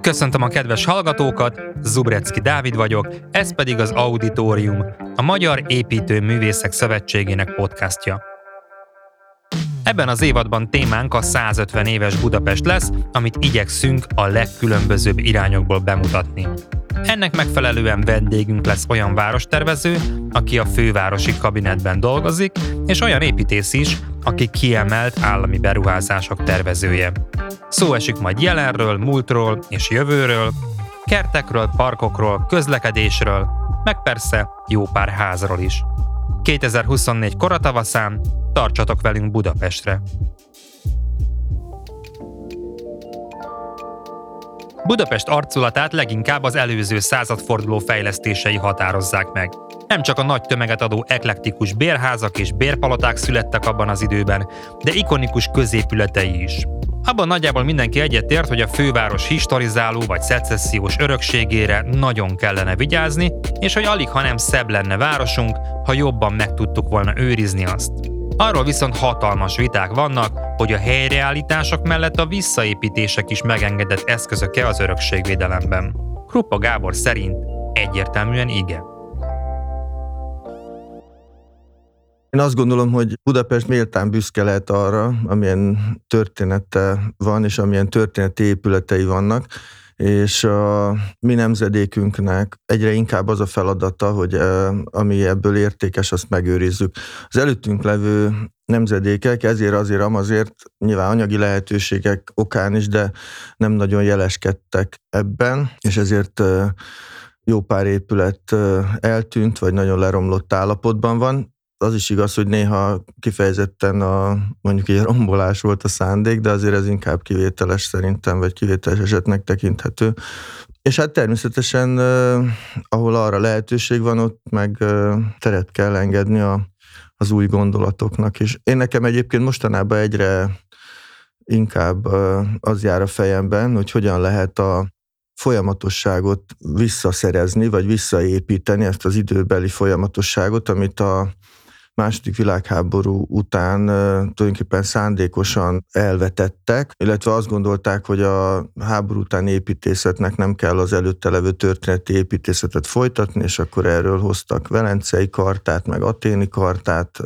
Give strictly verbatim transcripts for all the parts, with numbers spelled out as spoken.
Köszöntöm a kedves hallgatókat, Zubrecki Dávid vagyok, ez pedig az Auditorium, a Magyar Építőművészek Szövetségének podcastja. Ebben az évadban témánk a százötven éves Budapest lesz, amit igyekszünk a legkülönbözőbb irányokból bemutatni. Ennek megfelelően vendégünk lesz olyan várostervező, aki a fővárosi kabinetben dolgozik, és olyan építész is, aki kiemelt állami beruházások tervezője. Szó esik majd jelenről, múltról és jövőről, kertekről, parkokról, közlekedésről, meg persze jó pár házról is. kétezer-huszonnégy koratavaszán tartsatok velünk Budapestre! Budapest arculatát leginkább az előző századforduló fejlesztései határozzák meg. Nem csak a nagy tömeget adó eklektikus bérházak és bérpaloták születtek abban az időben, de ikonikus középületei is. Abban nagyjából mindenki egyetért, hogy a főváros historizáló vagy szecessziós örökségére nagyon kellene vigyázni, és hogy alig, ha nem szebb lenne városunk, ha jobban meg tudtuk volna őrizni azt. Arról viszont hatalmas viták vannak, hogy a helyreállítások mellett a visszaépítések is megengedett eszközöke az örökségvédelemben. Kruppa Gábor szerint egyértelműen igen. Én azt gondolom, hogy Budapest méltán büszke lehet arra, amilyen története van, és amilyen történeti épületei vannak, és a mi nemzedékünknek egyre inkább az a feladata, hogy ami ebből értékes, azt megőrizzük. Az előttünk levő nemzedékek ezért azért, amazért nyilván anyagi lehetőségek okán is, de nem nagyon jeleskedtek ebben, és ezért jó pár épület eltűnt, vagy nagyon leromlott állapotban van. Az is igaz, hogy néha kifejezetten a, mondjuk egy rombolás volt a szándék, de azért ez inkább kivételes szerintem, vagy kivételes esetnek tekinthető. És hát természetesen, eh, ahol arra lehetőség van, ott meg eh, teret kell engedni a, az új gondolatoknak is. Én nekem egyébként mostanában egyre inkább eh, az jár a fejemben, hogy hogyan lehet a folyamatosságot visszaszerezni, vagy visszaépíteni, ezt az időbeli folyamatosságot, amit a második világháború után tulajdonképpen szándékosan elvetettek, illetve azt gondolták, hogy a háború utáni építészetnek nem kell az előtte levő történeti építészetet folytatni, és akkor erről hoztak Velencei kartát, meg Athéni kartát,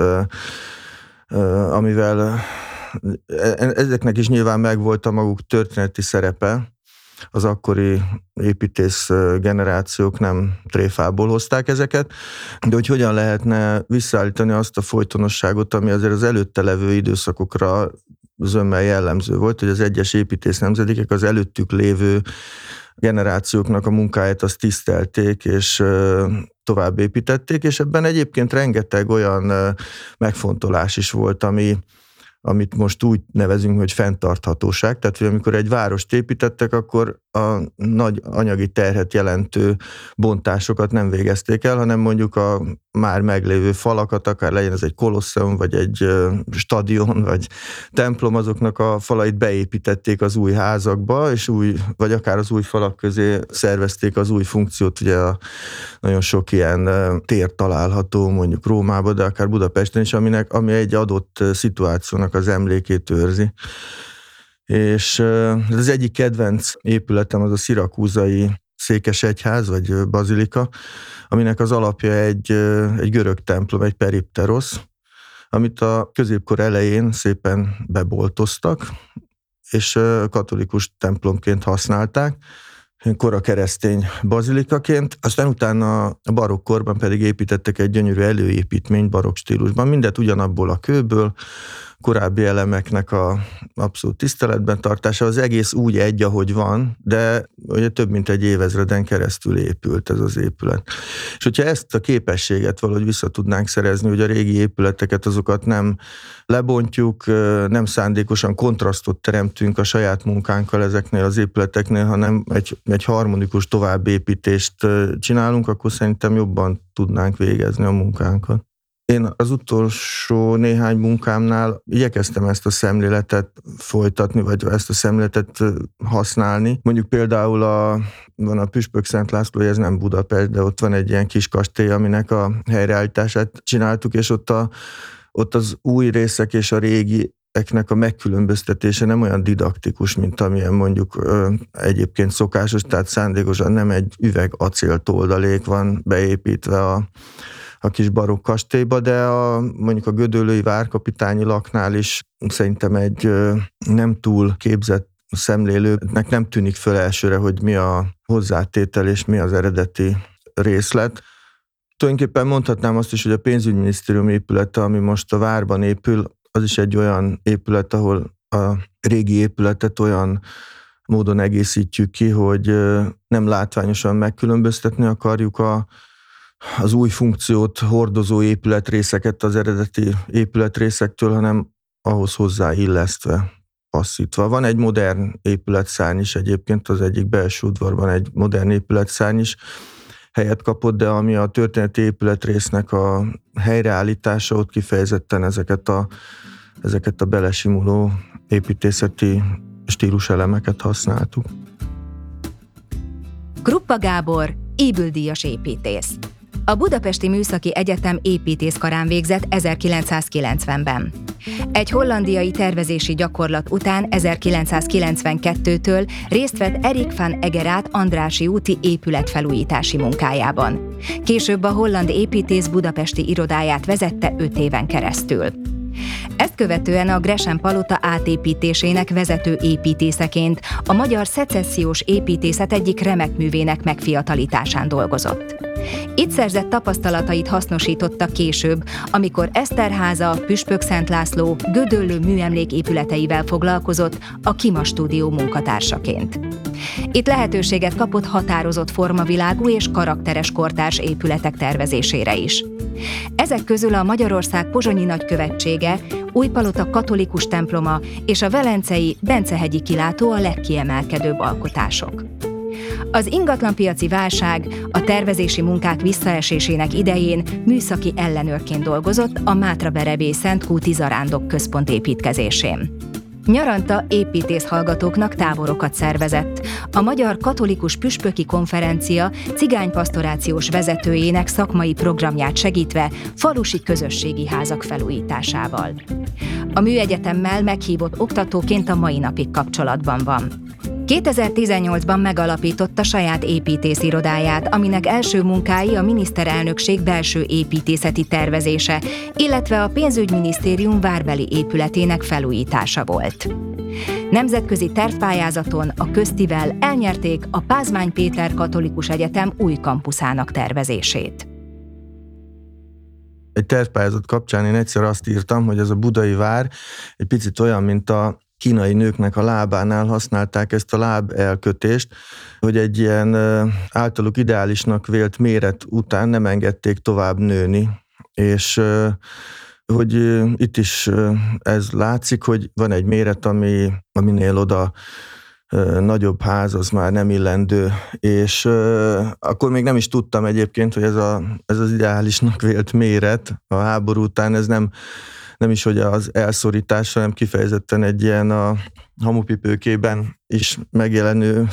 amivel ezeknek is nyilván megvolt a maguk történeti szerepe. Az akkori építész generációk nem tréfából hozták ezeket, de hogy hogyan lehetne visszaállítani azt a folytonosságot, ami azért az előtte levő időszakokra zömmel jellemző volt, hogy az egyes építész nemzedékek az előttük lévő generációknak a munkáját azt tisztelték, és tovább építették, és ebben egyébként rengeteg olyan megfontolás is volt, ami amit most úgy nevezünk, hogy fenntarthatóság. Tehát, hogy amikor egy várost építettek, akkor a nagy anyagi terhet jelentő bontásokat nem végezték el, hanem mondjuk a már meglévő falakat, akár legyen ez egy kolosseum, vagy egy stadion, vagy templom, azoknak a falait beépítették az új házakba, és új, vagy akár az új falak közé szervezték az új funkciót. Ugye a, nagyon sok ilyen tér található, mondjuk Rómában, de akár Budapesten is, aminek, ami egy adott szituációnak az emlékét őrzi. És az egyik kedvenc épületem az a szirakúzai székesegyház, vagy bazilika, aminek az alapja egy, egy görög templom, egy peripterosz, amit a középkor elején szépen beboltoztak, és katolikus templomként használták, kora keresztény bazilikaként, aztán utána a barokkorban pedig építettek egy gyönyörű előépítményt barokk stílusban, mindet ugyanabból a kőből, korábbi elemeknek a abszolút tiszteletben tartása, az egész úgy egy, ahogy van, de ugye több mint egy évezreden keresztül épült ez az épület. És hogyha ezt a képességet valahogy vissza tudnánk szerezni, hogy a régi épületeket, azokat nem lebontjuk, nem szándékosan kontrasztot teremtünk a saját munkánkkal ezeknél az épületeknél, hanem egy, egy harmonikus továbbépítést csinálunk, akkor szerintem jobban tudnánk végezni a munkánkat. Én az utolsó néhány munkámnál igyekeztem ezt a szemléletet folytatni, vagy ezt a szemléletet használni. Mondjuk például a, van a Püspök Szent László, ez nem Budapest, de ott van egy ilyen kis kastély, aminek a helyreállítását csináltuk, és ott, a, ott az új részek és a régi épületeknek a megkülönböztetése nem olyan didaktikus, mint amilyen mondjuk ö, egyébként szokásos, tehát szándékosan nem egy üveg acéltoldalék van beépítve a, a kis barokk kastélyba, de a, mondjuk a gödöllői várkapitányi laknál is szerintem egy ö, nem túl képzett szemlélőnek nem tűnik föl elsőre, hogy mi a hozzátétel és mi az eredeti részlet. Tulajdonképpen mondhatnám azt is, hogy a pénzügyminisztérium épülete, ami most a várban épül, az is egy olyan épület, ahol a régi épületet olyan módon egészítjük ki, hogy nem látványosan megkülönböztetni akarjuk a, az új funkciót hordozó épületrészeket az eredeti épületrészektől, hanem ahhoz hozzáillesztve, passzítva. Van egy modern épületszárny is egyébként, az egyik belső udvarban egy modern épületszárny is helyet kapott, de ami a történeti épületrésznek a helyreállítása, ott kifejezetten ezeket a, ezeket a belesimuló építészeti stíluselemeket használtuk. Kruppa Gábor, Ybl-díjas építész. A Budapesti Műszaki Egyetem építészkarán végzett ezerkilencszázkilencvenben. Egy hollandiai tervezési gyakorlat után ezerkilencszázkilencvenkettőtől részt vett Erik van Egeraat Andrássy úti épületfelújítási munkájában. Később a holland építész budapesti irodáját vezette öt éven keresztül. Ezt követően a Gresham palota átépítésének vezető építészeként a magyar szecessziós építészet egyik remek művének megfiatalításán dolgozott. Itt szerzett tapasztalatait hasznosította később, amikor Eszterháza, Püspökszent László, Gödöllő műemlék épületeivel foglalkozott a Kima stúdió munkatársaként. Itt lehetőséget kapott határozott formavilágú és karakteres kortárs épületek tervezésére is. Ezek közül a Magyarország pozsonyi nagykövetsége, Újpalota katolikus temploma és a velencei Bencehegyi kilátó a legkiemelkedőbb alkotások. Az ingatlanpiaci válság, a tervezési munkák visszaesésének idején műszaki ellenőrként dolgozott a Mátraverebély Szentkúti Zarándok Központ építkezésén. Nyaranta építészhallgatóknak táborokat szervezett. A Magyar Katolikus Püspöki Konferencia cigánypasztorációs vezetőjének szakmai programját segítve falusi közösségi házak felújításával. A műegyetemmel meghívott oktatóként a mai napig kapcsolatban van. kétezer-tizennyolcban megalapította saját építészirodáját, aminek első munkái a miniszterelnökség belső építészeti tervezése, illetve a pénzügyminisztérium várbeli épületének felújítása volt. Nemzetközi tervpályázaton a köztivel elnyerték a Pázmány Péter Katolikus Egyetem új kampuszának tervezését. Egy tervpályázat kapcsán én egyszer azt írtam, hogy ez a budai vár egy picit olyan, mint a kínai nőknek a lábánál használták ezt a láb elkötést, hogy egy ilyen általuk ideálisnak vélt méret után nem engedték tovább nőni. És hogy itt is ez látszik, hogy van egy méret, ami, aminél oda nagyobb ház az már nem illendő, és akkor még nem is tudtam egyébként, hogy ez, a, ez az ideálisnak vélt méret a háború után, ez nem nem is, hogy az elszorítás, hanem kifejezetten egy ilyen a hamupipőkében is megjelenő,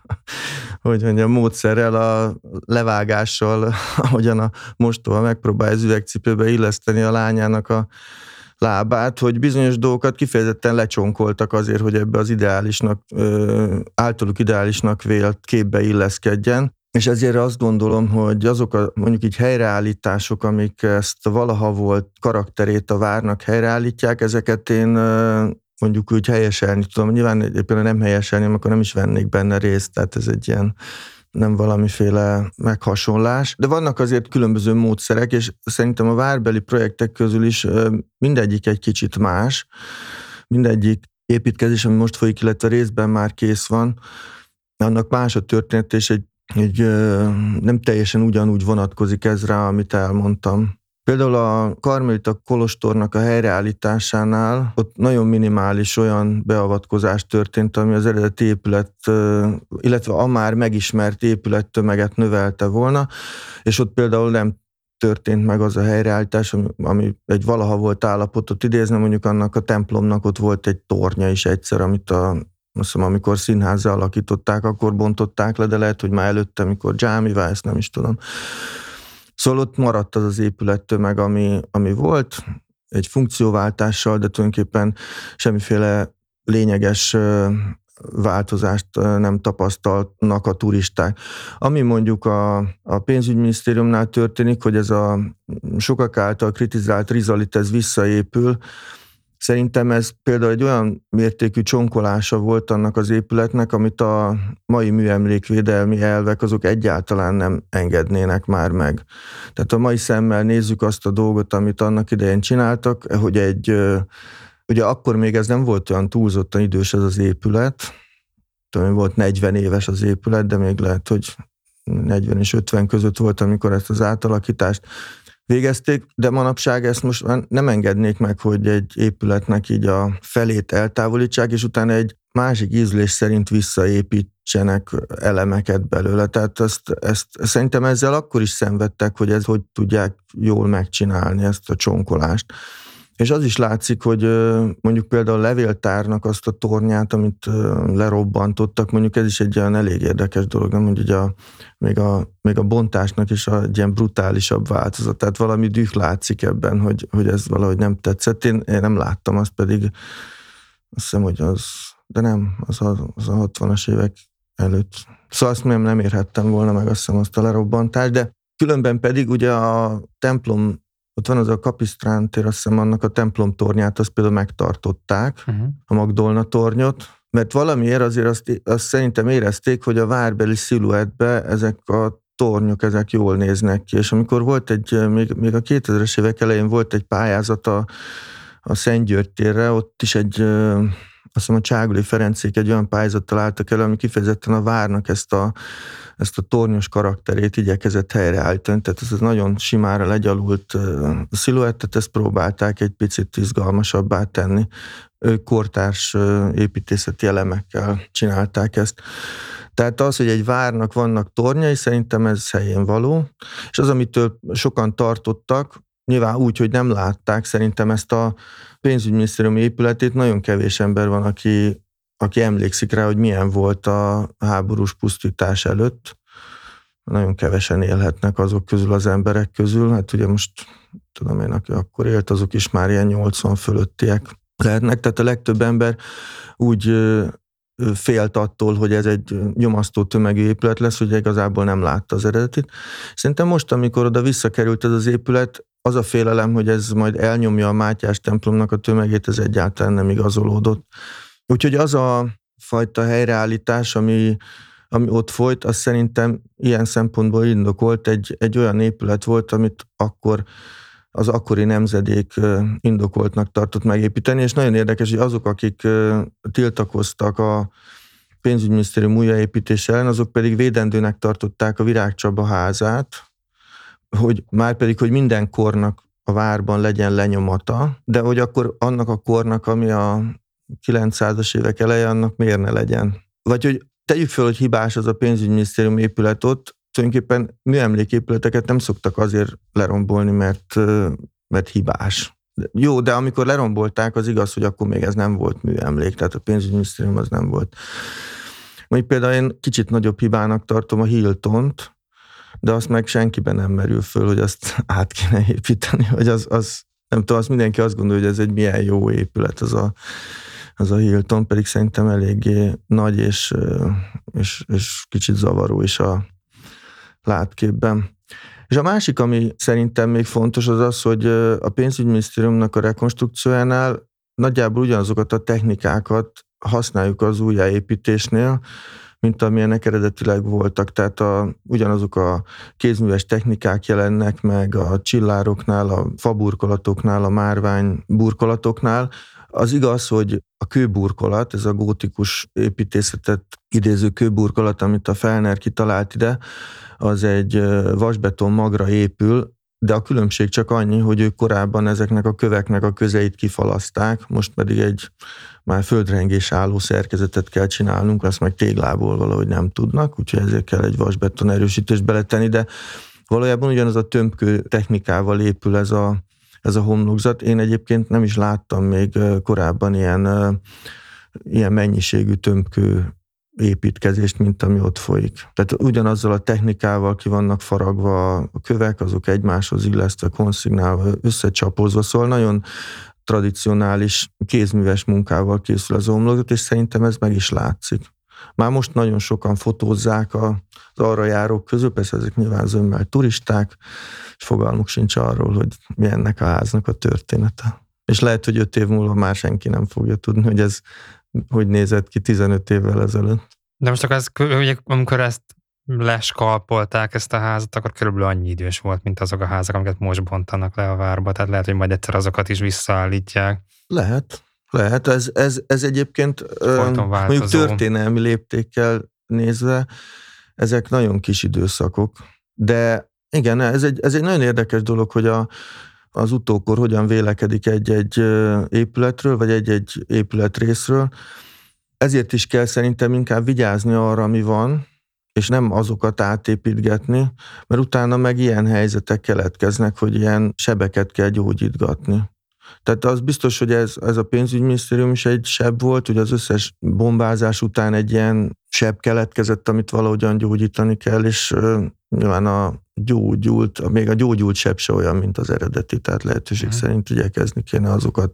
hogy mondjam, módszerrel, a levágással, ahogyan a mostoha megpróbálja az üvegcipőbe illeszteni a lányának a lábát, hogy bizonyos dolgokat kifejezetten lecsonkoltak azért, hogy ebbe az ideálisnak, általuk ideálisnak vélt képbe illeszkedjen. És ezért azt gondolom, hogy azok a mondjuk így helyreállítások, amik ezt valaha volt karakterét a várnak helyreállítják, ezeket én mondjuk úgy helyeselni tudom. Nyilván éppen nem helyeselni, akkor nem is vennék benne részt, tehát ez egy ilyen nem valamiféle meghasonlás. De vannak azért különböző módszerek, és szerintem a várbeli projektek közül is mindegyik egy kicsit más. Mindegyik építkezés, ami most folyik, illetve részben már kész van, annak más a történet, és egy Így nem teljesen ugyanúgy vonatkozik ez rá, amit elmondtam. Például a karmelita kolostornak a helyreállításánál ott nagyon minimális olyan beavatkozás történt, ami az eredeti épület, illetve a már megismert épülettömeget növelte volna, és ott például nem történt meg az a helyreállítás, ami, ami egy valaha volt állapotot idézne, mondjuk annak a templomnak ott volt egy tornya is egyszer, amit a azt hiszem, amikor színházzá alakították, akkor bontották le, de lehet, hogy már előtte, amikor dzsámivá, ezt nem is tudom. Szóval ott maradt az az épülettömeg, ami, ami volt, egy funkcióváltással, de tulajdonképpen semmiféle lényeges változást nem tapasztalnak a turisták. Ami mondjuk a, a pénzügyminisztériumnál történik, hogy ez a sokak által kritizált rizalit, ez visszaépül. Szerintem ez például egy olyan mértékű csonkolása volt annak az épületnek, amit a mai műemlékvédelmi elvek azok egyáltalán nem engednének már meg. Tehát a mai szemmel nézzük azt a dolgot, amit annak idején csináltak, hogy egy, ugye akkor még ez nem volt olyan túlzottan idős ez az épület, tudom, volt negyven éves az épület, de még lehet, hogy negyven és ötven között volt, amikor ezt az átalakítást végezték, de manapság ezt most már nem engednék meg, hogy egy épületnek így a felét eltávolítsák, és utána egy másik ízlés szerint visszaépítsenek elemeket belőle. Tehát ezt, ezt szerintem ezzel akkor is szenvedtek, hogy ez hogy tudják jól megcsinálni ezt a csonkolást. És az is látszik, hogy mondjuk például a levéltárnak azt a tornyát, amit lerobbantottak, mondjuk ez is egy olyan elég érdekes dolog, nem, hogy ugye a, még, a, még a bontásnak is egy ilyen brutálisabb változat. Tehát valami düh látszik ebben, hogy, hogy ez valahogy nem tetszett. Én, én nem láttam, azt pedig azt hiszem, hogy az, de nem, az a, az a hatvanas évek előtt. Szóval azt nem, nem érhettem volna meg, azt hiszem, azt a lerobbantást, de különben pedig ugye a templom, ott van az a Kapisztrán tér, azt hiszem, annak a templom tornyát, azt például megtartották, uh-huh. a Magdolna tornyot, mert valamiért azért azt, azt szerintem érezték, hogy a várbeli sziluettbe ezek a tornyok, ezek jól néznek ki, és amikor volt egy, még, még a kétezres évek elején volt egy pályázat a, a Szent György térre, ott is egy, azt hiszem a Cságuli Ferencék egy olyan pályázattal álltak elő, ami kifejezetten a várnak ezt a ezt a tornyos karakterét igyekezett helyreállítani, tehát ez nagyon simára legyalult sziluettet, ezt próbálták egy picit izgalmasabbá tenni. Ők kortárs építészeti elemekkel csinálták ezt. Tehát az, hogy egy várnak vannak tornyai, szerintem ez helyén való, és az, amitől sokan tartottak, nyilván úgy, hogy nem látták, szerintem ezt a pénzügyminisztérium épületét nagyon kevés ember van, aki aki emlékszik rá, hogy milyen volt a háborús pusztítás előtt. Nagyon kevesen élhetnek azok közül az emberek közül. Hát ugye most tudom én, aki akkor élt, azok is már ilyen nyolcvan fölöttiek lehetnek. Tehát a legtöbb ember úgy félt attól, hogy ez egy nyomasztó tömegű épület lesz, hogy igazából nem látta az eredetit. Szerintem most, amikor oda visszakerült ez az épület, az a félelem, hogy ez majd elnyomja a Mátyás templomnak a tömegét, ez egyáltalán nem igazolódott. Úgyhogy az a fajta helyreállítás, ami, ami ott folyt, az szerintem ilyen szempontból indokolt, egy, egy olyan épület volt, amit akkor az akkori nemzedék indokoltnak tartott megépíteni, és nagyon érdekes, hogy azok, akik tiltakoztak a pénzügyminisztérium újjáépítése ellen, azok pedig védendőnek tartották a Virág Csaba házát, hogy már pedig, hogy minden kornak a várban legyen lenyomata, de hogy akkor annak a kornak, ami a kilencszázas évek eleje, annak miért ne legyen. Vagy hogy tegyük fel, hogy hibás az a pénzügyminisztérium épület ott, tulajdonképpen műemléképületeket nem szoktak azért lerombolni, mert, mert hibás. Jó, de amikor lerombolták, az igaz, hogy akkor még ez nem volt műemlék, tehát a pénzügyminisztérium az nem volt. Mondjuk például én kicsit nagyobb hibának tartom a Hiltont, de azt meg senkiben nem merül föl, hogy azt át kéne építeni, hogy az, az nem tudom, azt mindenki azt gondolja, hogy ez egy milyen jó épület, az a, az a Hilton, pedig szerintem eléggé nagy és, és, és kicsit zavaró is a látképben. És a másik, ami szerintem még fontos, az az, hogy a pénzügyminisztériumnak a rekonstrukciójánál nagyjából ugyanazokat a technikákat használjuk az újjáépítésnél, mint amilyenek eredetileg voltak. Tehát a, ugyanazok a kézműves technikák jelennek meg a csillároknál, a faburkolatoknál, a márvány burkolatoknál. Az igaz, hogy a kőburkolat, ez a gótikus építészetet idéző kőburkolat, amit a Fellner kitalált ide, az egy vasbeton magra épül, de a különbség csak annyi, hogy ők korábban ezeknek a köveknek a közeit kifalaszták, most pedig egy már földrengés álló szerkezetet kell csinálnunk, azt meg téglából valahogy nem tudnak, úgyhogy ezért kell egy vasbeton erősítést beletenni, de valójában ugyanaz a tömbkő technikával épül ez a, ez a homlokzat. Én egyébként nem is láttam még korábban ilyen, ilyen mennyiségű tömbkő építkezést, mint ami ott folyik. Tehát ugyanazzal a technikával ki vannak faragva a kövek, azok egymáshoz illesztve, konszignálva, összecsapozva, szóval nagyon tradicionális, kézműves munkával készül az homlokzat, és szerintem ez meg is látszik. Már most nagyon sokan fotózzák az arra járók közül, persze ezek nyilván zömmel turisták, és fogalmuk sincs arról, hogy mi ennek a háznak a története. És lehet, hogy öt év múlva már senki nem fogja tudni, hogy ez hogy nézett ki tizenöt évvel ezelőtt. De most akkor ez, ugye, amikor ezt leskalpolták ezt a házat, akkor körülbelül annyi idős volt, mint azok a házak, amiket most bontanak le a várba. Tehát lehet, hogy majd egyszer azokat is visszaállítják. Lehet, lehet. Ez, ez, ez egyébként mondjuk történelmi léptékkel nézve, ezek nagyon kis időszakok. De igen, ez egy, ez egy nagyon érdekes dolog, hogy a, az utókor hogyan vélekedik egy-egy épületről, vagy egy-egy épületrészről. Ezért is kell szerintem inkább vigyázni arra, ami van, és nem azokat átépítgetni, mert utána meg ilyen helyzetek keletkeznek, hogy ilyen sebeket kell gyógyítgatni. Tehát az biztos, hogy ez, ez a pénzügyminisztérium is egy seb volt, hogy az összes bombázás után egy ilyen seb keletkezett, amit valahogyan gyógyítani kell, és uh, nyilván a gyógyult, még a gyógyult seb se olyan, mint az eredeti, tehát lehetőség mm. szerint igyekezni kéne azokat,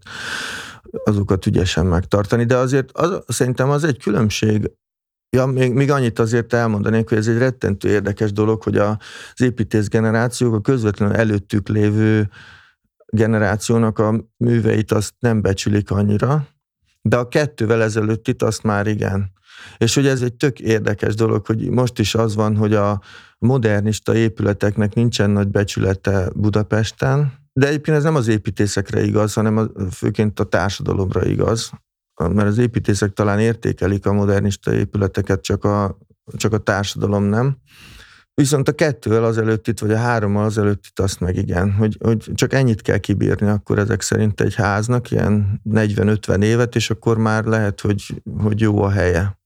azokat ügyesen megtartani, de azért az, szerintem az egy különbség. Ja, még, még annyit azért elmondanék, hogy ez egy rettentő érdekes dolog, hogy az építész generációk, a közvetlenül előttük lévő generációnak a műveit azt nem becsülik annyira, de a kettővel ezelőttit azt már igen. És hogy ez egy tök érdekes dolog, hogy most is az van, hogy a modernista épületeknek nincsen nagy becsülete Budapesten, de egyébként ez nem az építészekre igaz, hanem a, főként a társadalomra igaz, mert az építészek talán értékelik a modernista épületeket, csak a, csak a társadalom nem. Viszont a kettővel azelőttit, vagy a hárommal azelőttit azt meg igen, hogy, hogy csak ennyit kell kibírni akkor ezek szerint egy háznak, ilyen negyven-ötven évet, és akkor már lehet, hogy, hogy jó a helye.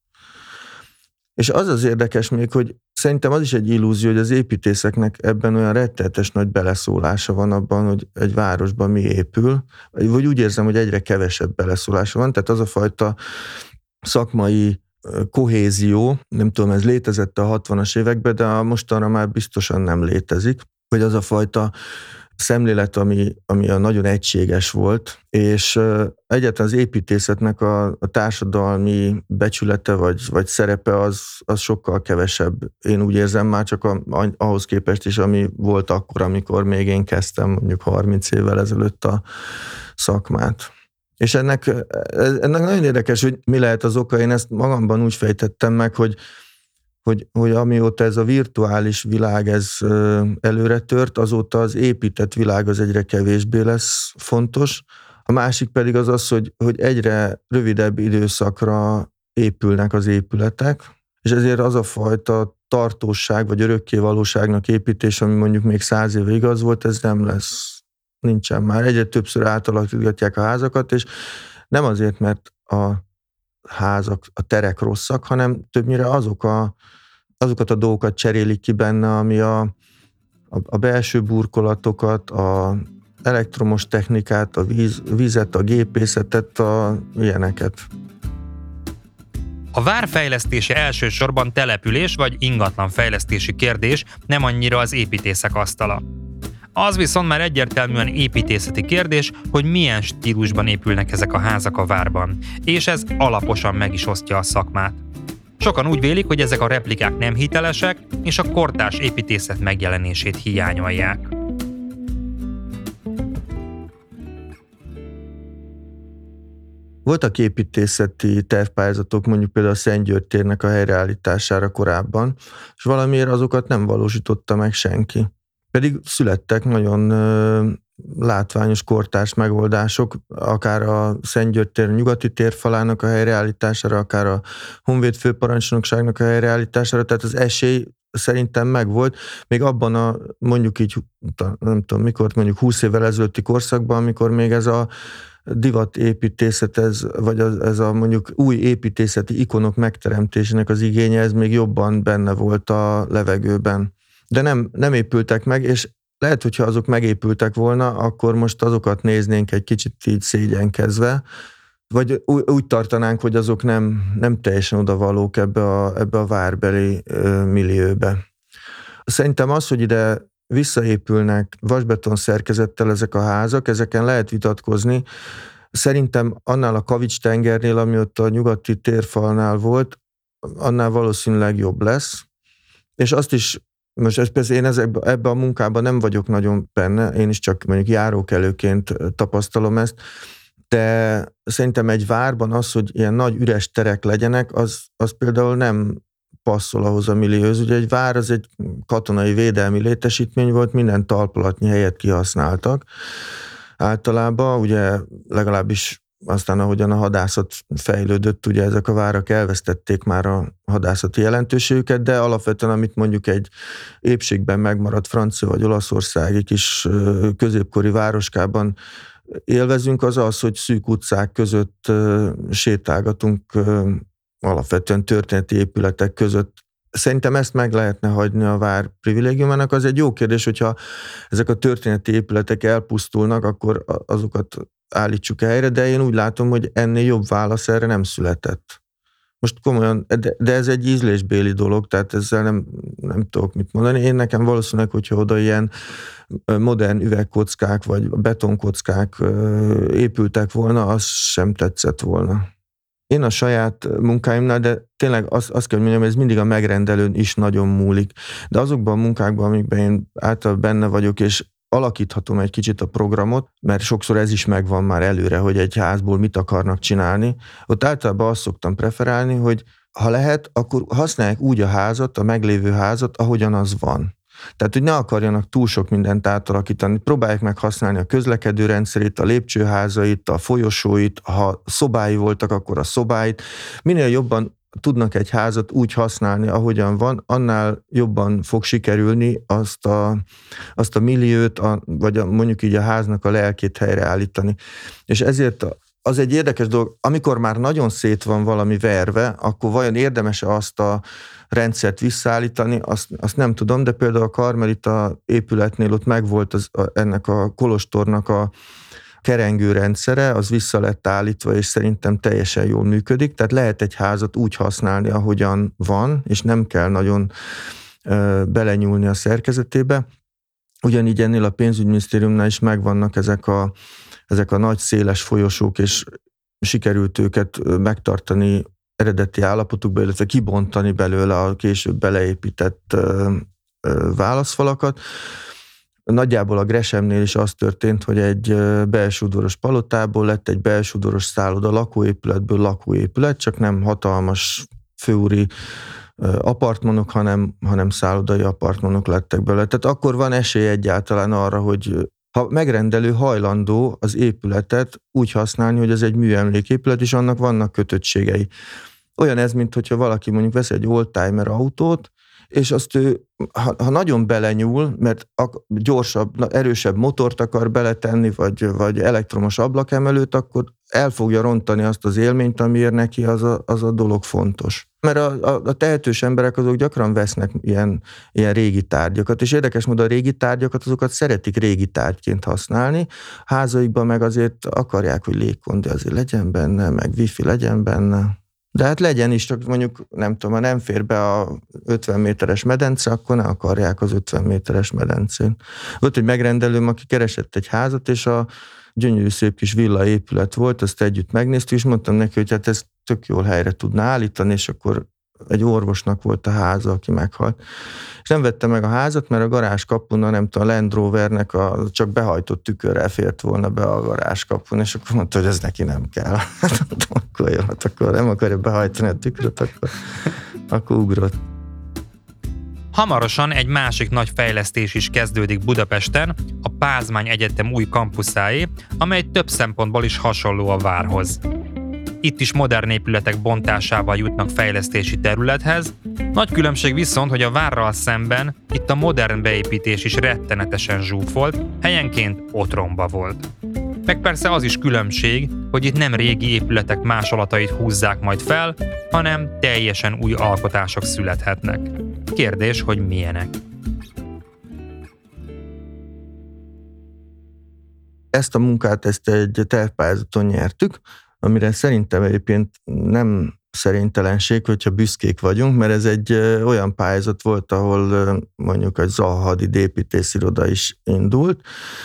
És az az érdekes még, hogy szerintem az is egy illúzió, hogy az építészeknek ebben olyan rettenetes nagy beleszólása van abban, hogy egy városban mi épül, vagy úgy érzem, hogy egyre kevesebb beleszólása van, tehát az a fajta szakmai kohézió, nem tudom, ez létezett a hatvanas években, de a mostanra már biztosan nem létezik, hogy az a fajta szemlélet, ami, ami a nagyon egységes volt, és egyáltalán az építészetnek a, a társadalmi becsülete vagy, vagy szerepe az, az sokkal kevesebb. Én úgy érzem már csak a, ahhoz képest is, ami volt akkor, amikor még én kezdtem mondjuk harminc évvel ezelőtt a szakmát. És ennek, ennek nagyon érdekes, hogy mi lehet az oka. Én ezt magamban úgy fejtettem meg, hogy, hogy, hogy amióta ez a virtuális világ ez előre tört, azóta az épített világ az egyre kevésbé lesz fontos. A másik pedig az az, hogy, hogy egyre rövidebb időszakra épülnek az épületek, és ezért az a fajta tartóság vagy örökkévalóságnak építés, ami mondjuk még száz éve igaz volt, ez nem lesz. Nincsen már. Egyre többször átalakítgatják a házakat, és nem azért, mert a házak, a terek rosszak, hanem többnyire azok a, azokat a dolgokat cserélik ki benne, ami a, a, a belső burkolatokat, a elektromos technikát, a víz, vizet, a gépészetet, a ilyeneket. A vár fejlesztése elsősorban település vagy ingatlan fejlesztési kérdés, nem annyira az építészek asztala. Az viszont már egyértelműen építészeti kérdés, hogy milyen stílusban épülnek ezek a házak a várban, és ez alaposan meg is osztja a szakmát. Sokan úgy vélik, hogy ezek a replikák nem hitelesek, és a kortárs építészet megjelenését hiányolják. Voltak építészeti tervpályázatok, mondjuk például a Szent György térnek a helyreállítására korábban, és valamiért azokat nem valósította meg senki. Pedig születtek nagyon ö, látványos kortárs megoldások, akár a Szent György tér nyugati térfalának a helyreállítására, akár a Honvéd főparancsnokságnak a helyreállítására, tehát az esély szerintem megvolt, még abban a mondjuk így, nem tudom mikor, mondjuk húsz évvel ezelőtti korszakban, amikor még ez a divat építészet, ez, vagy az, ez a mondjuk új építészeti ikonok megteremtésének az igénye, ez még jobban benne volt a levegőben. De nem, nem épültek meg, és lehet, hogyha azok megépültek volna, akkor most azokat néznénk egy kicsit így szégyenkezve, vagy úgy tartanánk, hogy azok nem, nem teljesen odavalók ebbe a, ebbe a várbeli millióbe. Szerintem az, hogy ide visszaépülnek vasbeton szerkezettel ezek a házak, ezeken lehet vitatkozni. Szerintem annál a Kavics-tengernél, ami ott a nyugati térfalnál volt, annál valószínűleg jobb lesz. És azt is, most ez persze én ebben a munkában nem vagyok nagyon benne, én is csak mondjuk járókelőként tapasztalom ezt, de szerintem egy várban az, hogy ilyen nagy üres terek legyenek, az, az például nem passzol ahhoz a millióhoz. Ugye egy vár az egy katonai védelmi létesítmény volt, minden talpalatnyi helyet kihasználtak. Általában ugye legalábbis aztán ahogyan a hadászat fejlődött, ugye ezek a várak elvesztették már a hadászati jelentőségüket, de alapvetően amit mondjuk egy épségben megmaradt francia vagy olaszországi kis középkori városkában élvezünk, az az, hogy szűk utcák között sétálgatunk alapvetően történeti épületek között. Szerintem ezt meg lehetne hagyni a vár privilégiumának. Az egy jó kérdés, hogyha ezek a történeti épületek elpusztulnak, akkor azokat állítsuk helyre, de én úgy látom, hogy ennél jobb válasz erre nem született. Most komolyan, de, de ez egy ízlésbéli dolog, tehát ezzel nem, nem tudok mit mondani. Én nekem valószínűleg, hogyha oda ilyen modern üvegkockák vagy betonkockák épültek volna, az sem tetszett volna. Én a saját munkáimnál, de tényleg azt, azt kell mondjam, hogy ez mindig a megrendelőn is nagyon múlik. De azokban a munkákban, amikben én általában benne vagyok, és alakíthatom egy kicsit a programot, mert sokszor ez is megvan már előre, hogy egy házból mit akarnak csinálni. Ott általában azt szoktam preferálni, hogy ha lehet, akkor használják úgy a házat, a meglévő házat, ahogyan az van. Tehát, hogy ne akarjanak túl sok mindent átalakítani, próbálják meg használni a közlekedő rendszerét, a lépcsőházait, a folyosóit, ha szobái voltak, akkor a szobáit. Minél jobban tudnak egy házat úgy használni, ahogyan van, annál jobban fog sikerülni azt a, azt a milliót, a, vagy a, mondjuk így a háznak a lelkét helyreállítani. És ezért az egy érdekes dolog, amikor már nagyon szét van valami verve, akkor vajon érdemes-e azt a rendszert visszaállítani, azt, azt nem tudom, de például a Karmelita épületnél ott megvolt az, a, ennek a kolostornak a kerengő rendszere, az vissza lett állítva, és szerintem teljesen jól működik, tehát lehet egy házat úgy használni, ahogyan van, és nem kell nagyon ö, belenyúlni a szerkezetébe. Ugyanígy ennél a pénzügyminisztériumnál is megvannak ezek a, ezek a nagy széles folyosók, és sikerült őket megtartani eredeti állapotukba, illetve kibontani belőle a később beleépített ö, ö, válaszfalakat. Nagyjából a Gresemnél is az történt, hogy egy belsődúros palotából lett egy belsődúros szálloda, lakóépületből lakóépület, csak nem hatalmas főúri apartmanok, hanem, hanem szállodai apartmanok lettek belőle. Tehát akkor van esély egyáltalán arra, hogy ha megrendelő hajlandó az épületet úgy használni, hogy ez egy műemléképület, és annak vannak kötöttségei. Olyan ez, mint hogyha valaki mondjuk vesz egy oldtimer autót, és azt ő, ha, ha nagyon belenyúl, mert gyorsabb, erősebb motort akar beletenni, vagy, vagy elektromos ablakemelőt, akkor el fogja rontani azt az élményt, amiért neki az a, az a dolog fontos. Mert a, a, a tehetős emberek azok gyakran vesznek ilyen, ilyen régi tárgyakat, és érdekes módon a régi tárgyakat azokat szeretik régi tárgyként használni, házaikban meg azért akarják, hogy légkondi azért legyen benne, meg wifi legyen benne. De hát legyen is, csak mondjuk nem tudom, ha nem fér be a ötven méteres medence, akkor ne akarják az ötven méteres medencén. Volt egy megrendelőm, aki keresett egy házat, és a gyönyörű szép kis villa épület volt, azt együtt megnéztük, és mondtam neki, hogy hát ezt tök jól helyre tudná állítani, és akkor egy orvosnak volt a háza, aki meghalt. És nem vette meg a házat, mert a garázskapun, nem tudom, a Land Rovernek a csak behajtott tükörrel fért volna be a garázskapun, és akkor mondta, hogy ez neki nem kell. akkor jó, hát akkor nem akarja behajtani a tükröt, akkor, akkor ugrott. Hamarosan egy másik nagy fejlesztés is kezdődik Budapesten, a Pázmány Egyetem új kampuszáé, amely több szempontból is hasonló a várhoz. Itt is modern épületek bontásával jutnak fejlesztési területhez. Nagy különbség viszont, hogy a várral szemben itt a modern beépítés is rettenetesen zsúfolt, helyenként otromba volt. Meg persze az is különbség, hogy itt nem régi épületek másolatait húzzák majd fel, hanem teljesen új alkotások születhetnek. Kérdés, hogy milyenek. Ezt a munkát ezt egy tervpályázaton nyertük, amire szerintem egyébként nem szerénytelenség, hogyha büszkék vagyunk, mert ez egy olyan pályázat volt, ahol mondjuk egy Zahadi építésziroda is indult,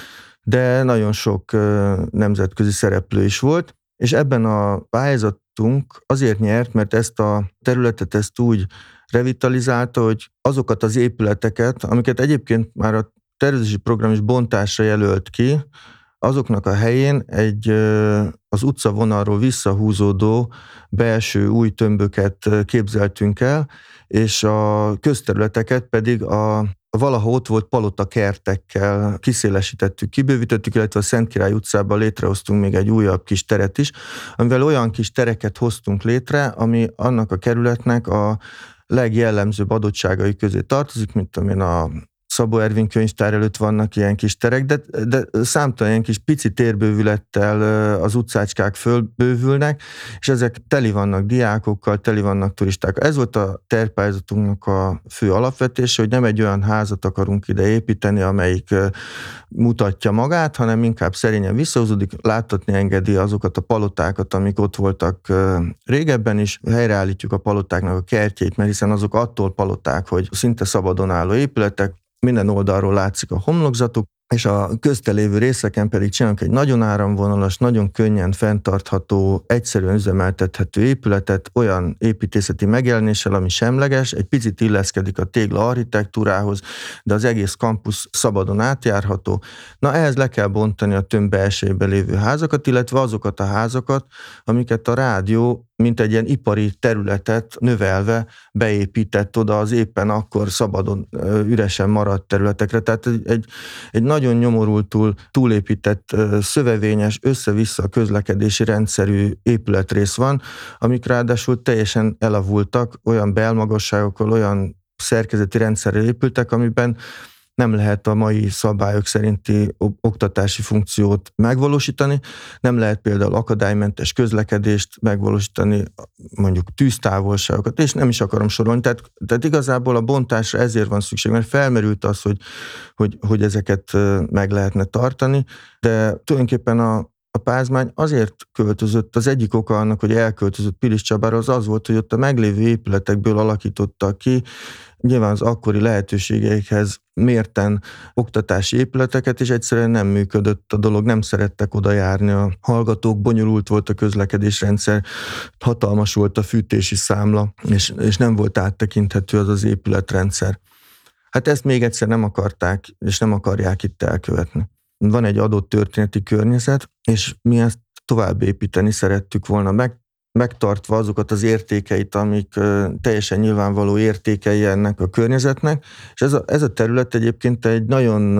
de nagyon sok nemzetközi szereplő is volt, és ebben a pályázatunk azért nyert, mert ezt a területet ezt úgy revitalizálta, hogy azokat az épületeket, amiket egyébként már a tervezési program is bontásra jelölt ki, azoknak a helyén egy az utcavonalról visszahúzódó belső új tömböket képzeltünk el, és a közterületeket pedig a valaha ott volt palota kertekkel kiszélesítettük, kibővítettük, illetve a Szent Király utcában létrehoztunk még egy újabb kis teret is, amivel olyan kis tereket hoztunk létre, ami annak a kerületnek a legjellemzőbb adottságai közé tartozik, mint tudom én, a Szabó Ervin könyvtár előtt vannak ilyen kis terek, de, de számtalan ilyen kis pici térbővülettel az utcácskák fölbővülnek, és ezek teli vannak diákokkal, teli vannak turistákkal. Ez volt a tervpályázatunknak a fő alapvetése, hogy nem egy olyan házat akarunk ide építeni, amelyik mutatja magát, hanem inkább szerényen visszahúzódik, láttatni engedi azokat a palotákat, amik ott voltak régebben is, helyreállítjuk a palotáknak a kertjeit, mert hiszen azok attól paloták, hogy szinte szabadon álló épületek, minden oldalról látszik a homlokzatuk, és a köztelévő részeken pedig csinálunk egy nagyon áramvonalas, nagyon könnyen fenntartható, egyszerűen üzemeltethető épületet, olyan építészeti megjelenéssel, ami semleges, egy picit illeszkedik a tégla architektúrához, de az egész kampusz szabadon átjárható. Na ehhez le kell bontani a tömb belsejében lévő házakat, illetve azokat a házakat, amiket a rádió mint egy ilyen ipari területet növelve beépített oda az éppen akkor szabadon üresen maradt területekre. Tehát egy, egy nagyon nyomorultul túlépített, szövevényes, össze-vissza közlekedési rendszerű épületrész van, amik ráadásul teljesen elavultak, olyan belmagasságokkal, olyan szerkezeti rendszerrel épültek, amiben nem lehet a mai szabályok szerinti oktatási funkciót megvalósítani, nem lehet például akadálymentes közlekedést megvalósítani, mondjuk tűztávolságokat, és nem is akarom sorolni. Tehát, tehát igazából a bontásra ezért van szükség, mert felmerült az, hogy, hogy, hogy ezeket meg lehetne tartani, de tulajdonképpen a A Pázmány azért költözött, az egyik oka annak, hogy elköltözött Pilis Csabára, az az volt, hogy ott a meglévő épületekből alakítottak ki, nyilván az akkori lehetőségeikhez mérten oktatási épületeket, és egyszerűen nem működött a dolog, nem szerettek oda járni a hallgatók, bonyolult volt a közlekedésrendszer, hatalmas volt a fűtési számla, és, és nem volt áttekinthető az az épületrendszer. Hát ezt még egyszer nem akarták, és nem akarják itt elkövetni. Van egy adott történeti környezet, és mi ezt tovább építeni szerettük volna, meg, megtartva azokat az értékeit, amik teljesen nyilvánvaló értékei ennek a környezetnek, és ez a, ez a terület egyébként egy nagyon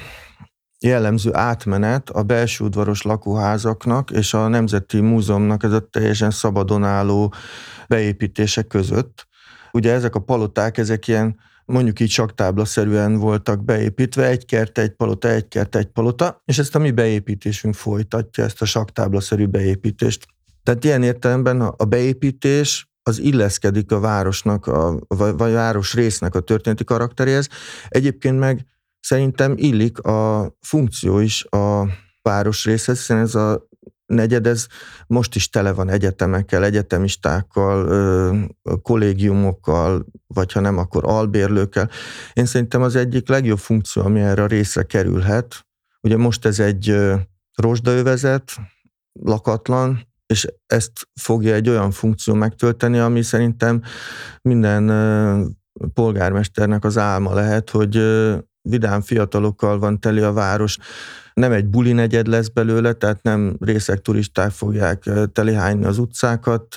jellemző átmenet a belső udvaros lakóházaknak és a Nemzeti Múzeumnak ez a teljesen szabadon álló beépítések között. Ugye ezek a paloták, ezek ilyen mondjuk így saktáblaszerűen voltak beépítve, egy kert, egy palota, egy kert, egy palota, és ezt a mi beépítésünk folytatja, ezt a saktáblaszerű beépítést. Tehát ilyen értelemben a beépítés az illeszkedik a városnak, a, vagy a város résznek a történeti karakteréhez. Egyébként meg szerintem illik a funkció is a város részhez, hiszen ez a negyed, ez most is tele van egyetemekkel, egyetemistákkal, kollégiumokkal, vagy ha nem, akkor albérlőkkel. Én szerintem az egyik legjobb funkció, ami erre a részre kerülhet. Ugye most ez egy rozsdaövezet, lakatlan, és ezt fogja egy olyan funkció megtölteni, ami szerintem minden polgármesternek az álma lehet, hogy vidám fiatalokkal van teli a város, nem egy buli negyed lesz belőle, tehát nem részeg turisták fogják telihányni az utcákat,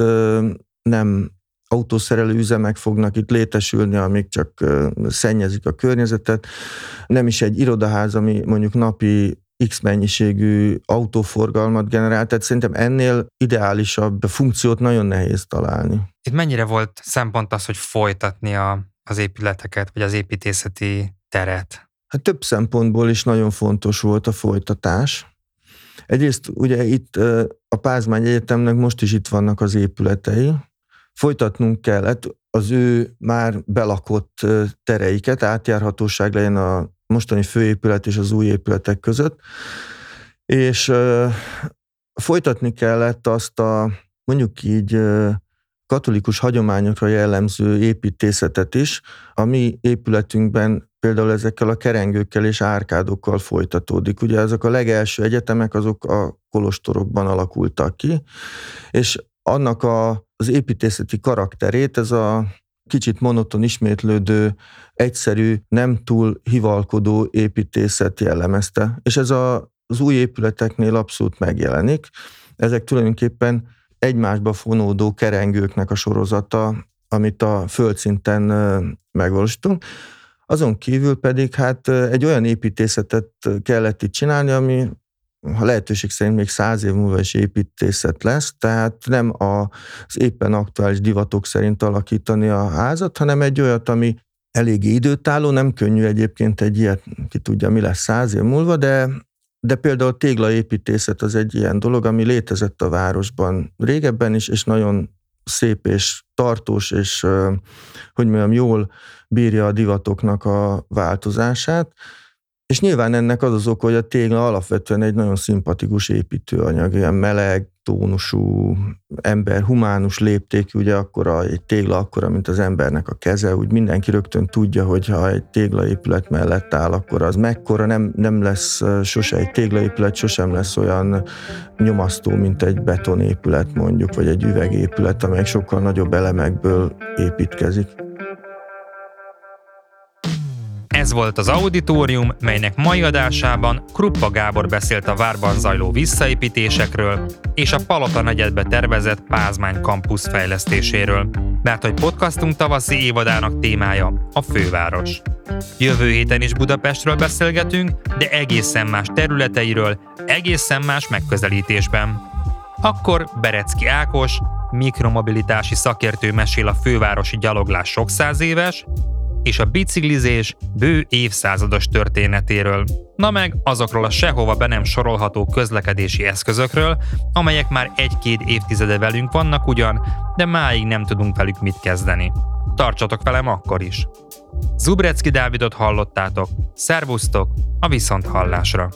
nem autószerelő üzemek fognak itt létesülni, amik csak szennyezik a környezetet, nem is egy irodaház, ami mondjuk napi X mennyiségű autóforgalmat generál, tehát szerintem ennél ideálisabb funkciót nagyon nehéz találni. Itt mennyire volt szempont az, hogy folytatni a, az épületeket, vagy az építészeti teret? Hát több szempontból is nagyon fontos volt a folytatás. Egyrészt ugye itt a Pázmány Egyetemnek most is itt vannak az épületei. Folytatnunk kellett az ő már belakott tereiket, átjárhatóság legyen a mostani főépület és az új épületek között. És folytatni kellett azt a mondjuk így katolikus hagyományokra jellemző építészetet is. A mi épületünkben például ezekkel a kerengőkkel és árkádokkal folytatódik. Ugye ezek a legelső egyetemek azok a kolostorokban alakultak ki, és annak a, az építészeti karakterét ez a kicsit monoton ismétlődő, egyszerű, nem túl hivalkodó építészet jellemezte. És ez a, az új épületeknél abszolút megjelenik. Ezek tulajdonképpen egymásba fonódó kerengőknek a sorozata, amit a földszinten megvalósítunk. Azon kívül pedig hát egy olyan építészetet kellett itt csinálni, ami a lehetőség szerint még száz év múlva is építészet lesz, tehát nem az éppen aktuális divatok szerint alakítani a házat, hanem egy olyat, ami eléggé időtálló, nem könnyű egyébként egy ilyet, ki tudja, mi lesz száz év múlva, de, de például a téglaépítészet az egy ilyen dolog, ami létezett a városban régebben is, és nagyon szép és tartós, és hogy mondjam, jól bírja a divatoknak a változását. És nyilván ennek az az oka, hogy a tégla alapvetően egy nagyon szimpatikus építőanyag, ilyen meleg, tónusú, ember, humánus léptékű, ugye akkora, egy tégla akkora, mint az embernek a keze, úgy mindenki rögtön tudja, hogy ha egy téglaépület mellett áll, akkor az mekkora, nem, nem lesz sose egy téglaépület, sosem lesz olyan nyomasztó, mint egy betonépület mondjuk, vagy egy üvegépület, amely sokkal nagyobb elemekből építkezik. Ez volt az Auditorium, melynek mai adásában Kruppa Gábor beszélt a várban zajló visszaépítésekről és a Palota negyedbe tervezett Pázmány kampusz fejlesztéséről, mert hogy podcastunk tavaszi évadának témája a főváros. Jövő héten is Budapestről beszélgetünk, de egészen más területeiről, egészen más megközelítésben. Akkor Berecki Ákos, mikromobilitási szakértő mesél a fővárosi gyaloglás sok száz éves, és a biciklizés bő évszázados történetéről. Na meg azokról a sehova be nem sorolható közlekedési eszközökről, amelyek már egy-két évtizede velünk vannak ugyan, de máig nem tudunk velük mit kezdeni. Tartsatok velem akkor is! Zubrecki Dávidot hallottátok, szervusztok, a viszonthallásra!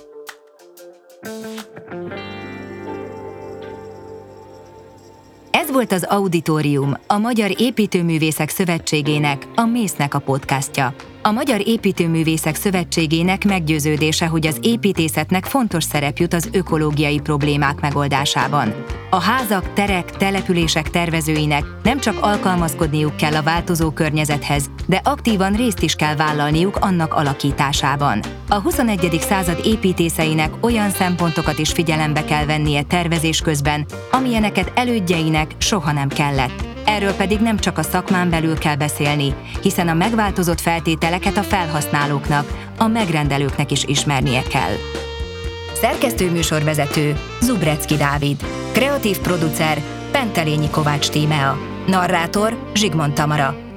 Ez volt az Auditorium, a Magyar Építőművészek Szövetségének, a mésznek a podcastja. A Magyar Építőművészek Szövetségének meggyőződése, hogy az építészetnek fontos szerep jut az ökológiai problémák megoldásában. A házak, terek, települések tervezőinek nem csak alkalmazkodniuk kell a változó környezethez, de aktívan részt is kell vállalniuk annak alakításában. A huszonegyedik század építészeinek olyan szempontokat is figyelembe kell vennie tervezés közben, amilyeneket elődjeinek soha nem kellett. Erről pedig nem csak a szakmán belül kell beszélni, hiszen a megváltozott feltételeket a felhasználóknak, a megrendelőknek is ismernie kell. Szerkesztő-műsorvezető Zubrecki Dávid. Kreatív producer Pentelényi Kovács Tímea. Narrátor Zsigmond Tamara.